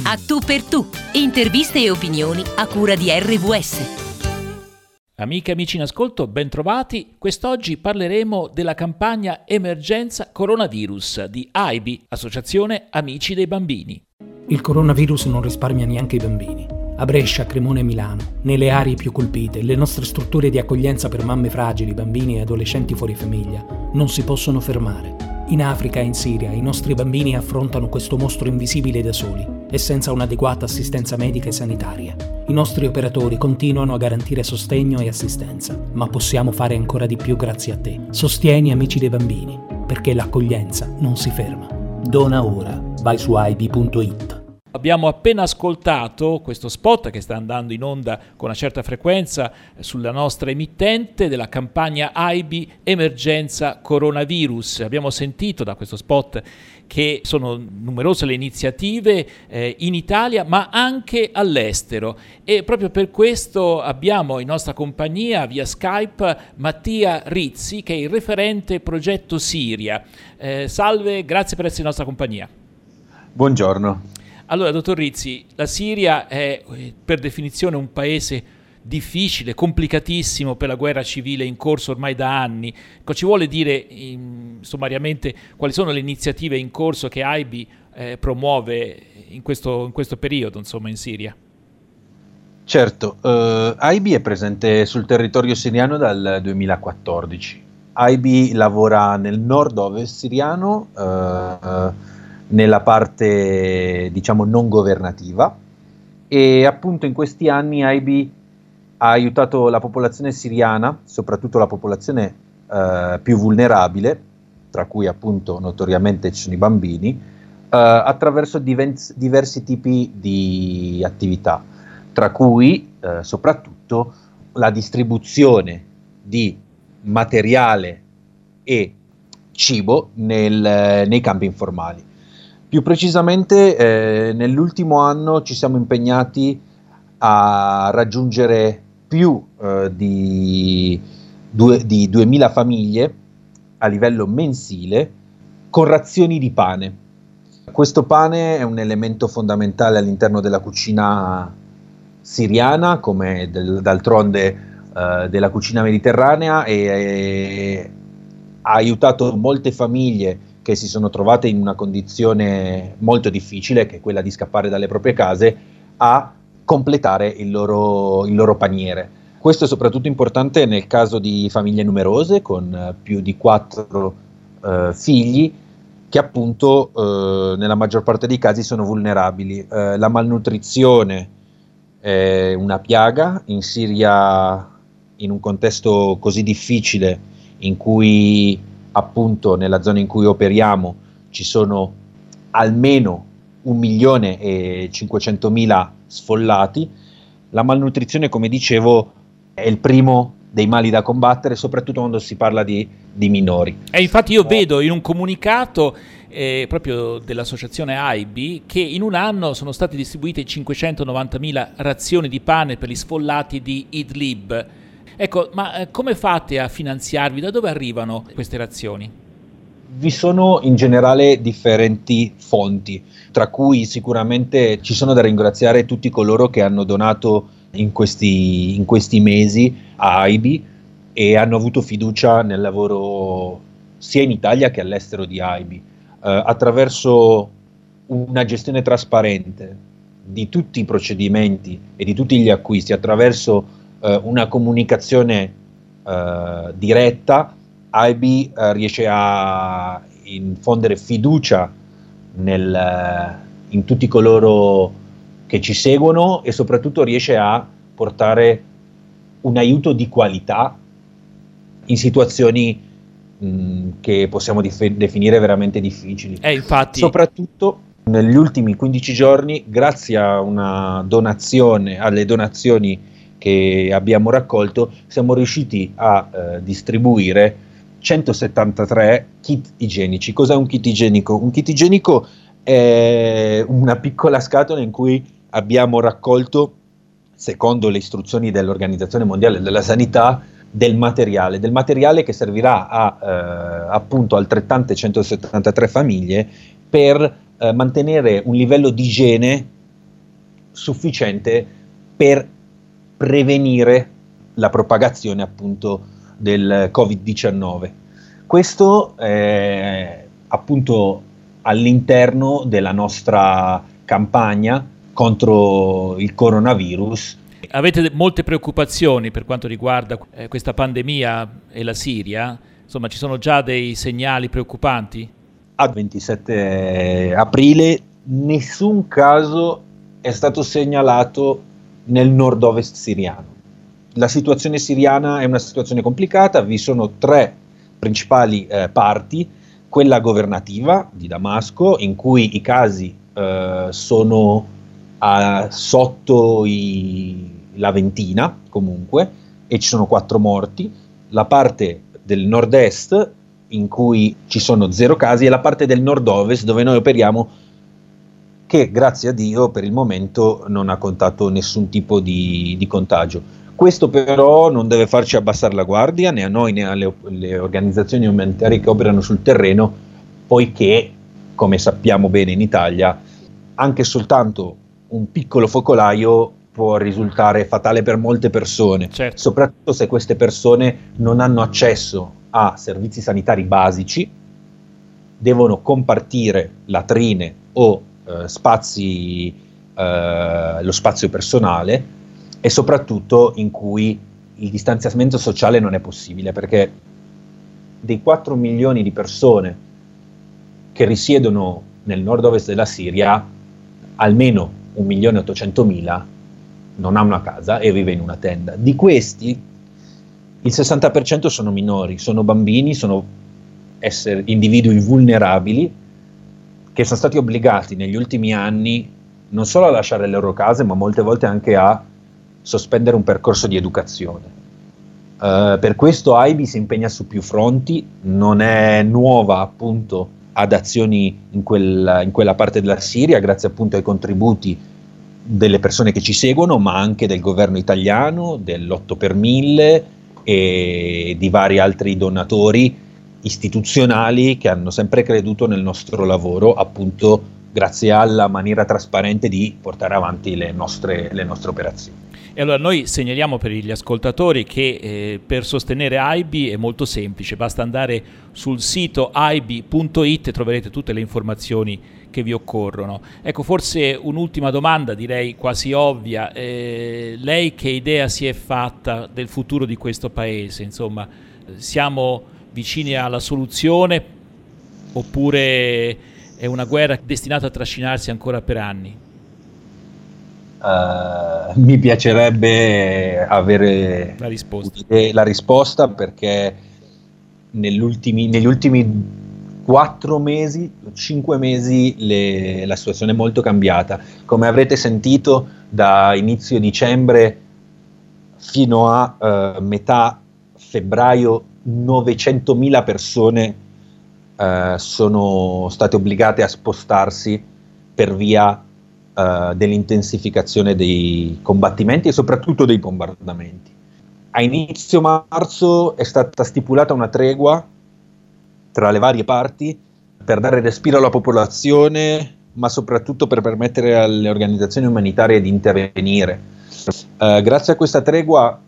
A tu per tu, interviste e opinioni a cura di RVS. Amiche e amici in ascolto, ben trovati. Quest'oggi parleremo della campagna Emergenza Coronavirus di AIBI, Associazione Amici dei Bambini. Il coronavirus non risparmia neanche i bambini. A Brescia, Cremona e Milano, nelle aree più colpite, le nostre strutture di accoglienza per mamme fragili, bambini e adolescenti fuori famiglia non si possono fermare. In Africa e in Siria i nostri bambini affrontano questo mostro invisibile da soli e senza un'adeguata assistenza medica e sanitaria. I nostri operatori continuano a garantire sostegno e assistenza, ma possiamo fare ancora di più grazie a te. Sostieni Amici dei Bambini, perché l'accoglienza non si ferma. Dona ora, vai su aibi.it. Abbiamo appena ascoltato questo spot che sta andando in onda con una certa frequenza sulla nostra emittente della campagna AIBI Emergenza Coronavirus. Abbiamo sentito da questo spot che sono numerose le iniziative in Italia ma anche all'estero, e proprio per questo abbiamo in nostra compagnia via Skype Mattia Rizzi, che è il referente progetto Siria. Salve, grazie per essere in nostra compagnia. Buongiorno. Allora, dottor Rizzi, la Siria è per definizione un paese difficile, complicatissimo per la guerra civile in corso ormai da anni. Ci vuole dire sommariamente quali sono le iniziative in corso che AIBI promuove in questo periodo, insomma, in Siria? Certo, AIBI è presente sul territorio siriano dal 2014. AIBI lavora nel nord-ovest siriano, nella parte diciamo non governativa, e appunto in questi anni AIBI ha aiutato la popolazione siriana, soprattutto la popolazione più vulnerabile, tra cui appunto notoriamente ci sono i bambini, attraverso diversi tipi di attività, tra cui soprattutto la distribuzione di materiale e cibo nei campi informali. Più precisamente nell'ultimo anno ci siamo impegnati a raggiungere più di 2000 famiglie a livello mensile con razioni di pane. Questo pane è un elemento fondamentale all'interno della cucina siriana, come d'altronde della cucina mediterranea, e ha aiutato molte famiglie che si sono trovate in una condizione molto difficile, che è quella di scappare dalle proprie case, a completare il loro paniere. Questo è soprattutto importante nel caso di famiglie numerose, con più di 4 figli, che appunto nella maggior parte dei casi sono vulnerabili. La malnutrizione è una piaga in Siria, in un contesto così difficile, in cui appunto nella zona in cui operiamo ci sono almeno 1.500.000 sfollati. La malnutrizione, come dicevo, è il primo dei mali da combattere, soprattutto quando si parla di minori. E infatti io vedo in un comunicato proprio dell'associazione AIBI che in un anno sono state distribuite 590.000 razioni di pane per gli sfollati di Idlib. Ecco, ma come fate a finanziarvi? Da dove arrivano queste razioni? Vi sono in generale differenti fonti, tra cui sicuramente ci sono da ringraziare tutti coloro che hanno donato in questi mesi a AIBI e hanno avuto fiducia nel lavoro sia in Italia che all'estero di AIBI, attraverso una gestione trasparente di tutti i procedimenti e di tutti gli acquisti, attraverso una comunicazione diretta. AIBI riesce a infondere fiducia in tutti coloro che ci seguono, e soprattutto riesce a portare un aiuto di qualità in situazioni che possiamo definire veramente difficili. Infatti, soprattutto negli ultimi 15 giorni, grazie a alle donazioni che abbiamo raccolto, siamo riusciti a distribuire 173 kit igienici. Cos'è un kit igienico? Un kit igienico è una piccola scatola in cui abbiamo raccolto, secondo le istruzioni dell'Organizzazione Mondiale della Sanità, del materiale che servirà a appunto altrettante 173 famiglie per mantenere un livello di igiene sufficiente per prevenire la propagazione appunto del Covid-19. Questo appunto all'interno della nostra campagna contro il coronavirus. Avete molte preoccupazioni per quanto riguarda questa pandemia e la Siria? Insomma, ci sono già dei segnali preoccupanti? A 27 aprile nessun caso è stato segnalato nel nord-ovest siriano. La situazione siriana è una situazione complicata, vi sono tre principali parti: quella governativa di Damasco, in cui i casi sono sotto la ventina comunque, e ci sono 4 morti, la parte del nord-est in cui ci sono 0 casi, e la parte del nord-ovest dove noi operiamo, che grazie a Dio per il momento non ha contato nessun tipo di contagio. Questo però non deve farci abbassare la guardia, né a noi né alle organizzazioni umanitarie che operano sul terreno, poiché, come sappiamo bene in Italia, anche soltanto un piccolo focolaio può risultare fatale per molte persone, certo. Soprattutto se queste persone non hanno accesso a servizi sanitari basici, devono compartire latrine o lo spazio personale, e soprattutto in cui il distanziamento sociale non è possibile, perché dei 4 milioni di persone che risiedono nel nord-ovest della Siria, almeno 1.800.000 non ha una casa e vive in una tenda. Di questi il 60% sono minori, sono bambini, sono individui vulnerabili che sono stati obbligati negli ultimi anni non solo a lasciare le loro case, ma molte volte anche a sospendere un percorso di educazione. Per questo AIBI si impegna su più fronti, non è nuova appunto ad azioni in quella parte della Siria, grazie appunto ai contributi delle persone che ci seguono, ma anche del governo italiano, dell'8 per 1000 e di vari altri donatori istituzionali che hanno sempre creduto nel nostro lavoro, appunto grazie alla maniera trasparente di portare avanti le nostre operazioni. E allora noi segnaliamo per gli ascoltatori che per sostenere AIBI è molto semplice, basta andare sul sito aibi.it e troverete tutte le informazioni che vi occorrono. Ecco, forse un'ultima domanda, direi quasi ovvia. Lei che idea si è fatta del futuro di questo paese? Insomma, siamo vicini alla soluzione oppure è una guerra destinata a trascinarsi ancora per anni? Mi piacerebbe avere la risposta, perché negli ultimi 4 mesi, 5 mesi la situazione è molto cambiata. Come avrete sentito, da inizio dicembre fino a metà febbraio 900.000 persone sono state obbligate a spostarsi per via dell'intensificazione dei combattimenti e soprattutto dei bombardamenti. A inizio marzo è stata stipulata una tregua tra le varie parti per dare respiro alla popolazione, ma soprattutto per permettere alle organizzazioni umanitarie di intervenire. Grazie a questa tregua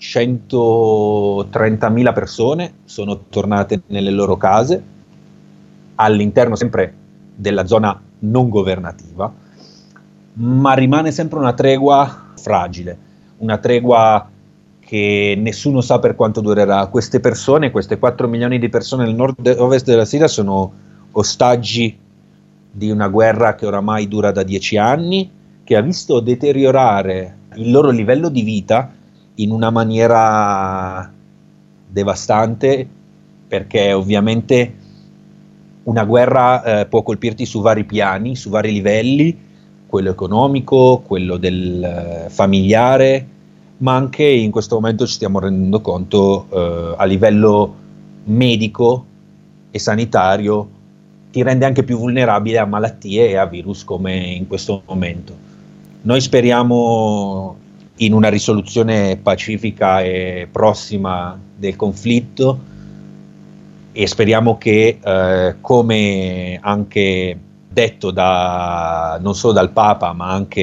130.000 persone sono tornate nelle loro case, all'interno sempre della zona non governativa, ma rimane sempre una tregua fragile, una tregua che nessuno sa per quanto durerà. Queste persone, queste 4 milioni di persone nel nord-ovest della Siria, sono ostaggi di una guerra che oramai dura da 10 anni, che ha visto deteriorare il loro livello di vita in una maniera devastante, perché ovviamente una guerra può colpirti su vari piani, su vari livelli, quello economico, quello del familiare, ma anche in questo momento ci stiamo rendendo conto a livello medico e sanitario ti rende anche più vulnerabile a malattie e a virus come in questo momento. Noi speriamo in una risoluzione pacifica e prossima del conflitto, e speriamo che come anche detto non solo dal Papa ma anche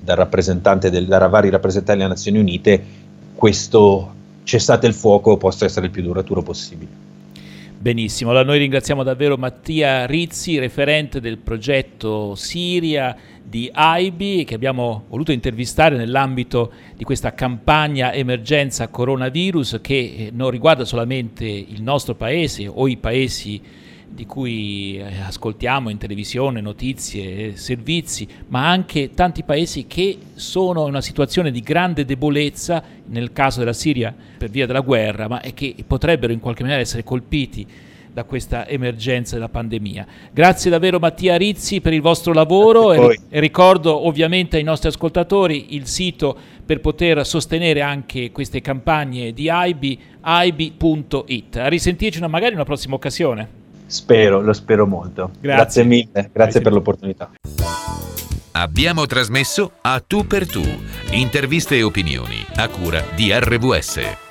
rappresentante da vari rappresentanti delle Nazioni Unite, questo cessate il fuoco possa essere il più duraturo possibile. Benissimo, allora noi ringraziamo davvero Mattia Rizzi, referente del progetto Siria di AIBI, che abbiamo voluto intervistare nell'ambito di questa campagna emergenza coronavirus che non riguarda solamente il nostro paese o i paesi di cui ascoltiamo in televisione, notizie, servizi, ma anche tanti paesi che sono in una situazione di grande debolezza, nel caso della Siria per via della guerra, ma che potrebbero in qualche maniera essere colpiti da questa emergenza della pandemia. Grazie davvero Mattia Rizzi per il vostro lavoro e ricordo ovviamente ai nostri ascoltatori il sito per poter sostenere anche queste campagne di AIBI, aibi.it. A risentirci magari in una prossima occasione. Lo spero molto. Grazie mille, grazie per l'opportunità. Abbiamo trasmesso A Tu per Tu, interviste e opinioni a cura di RVS.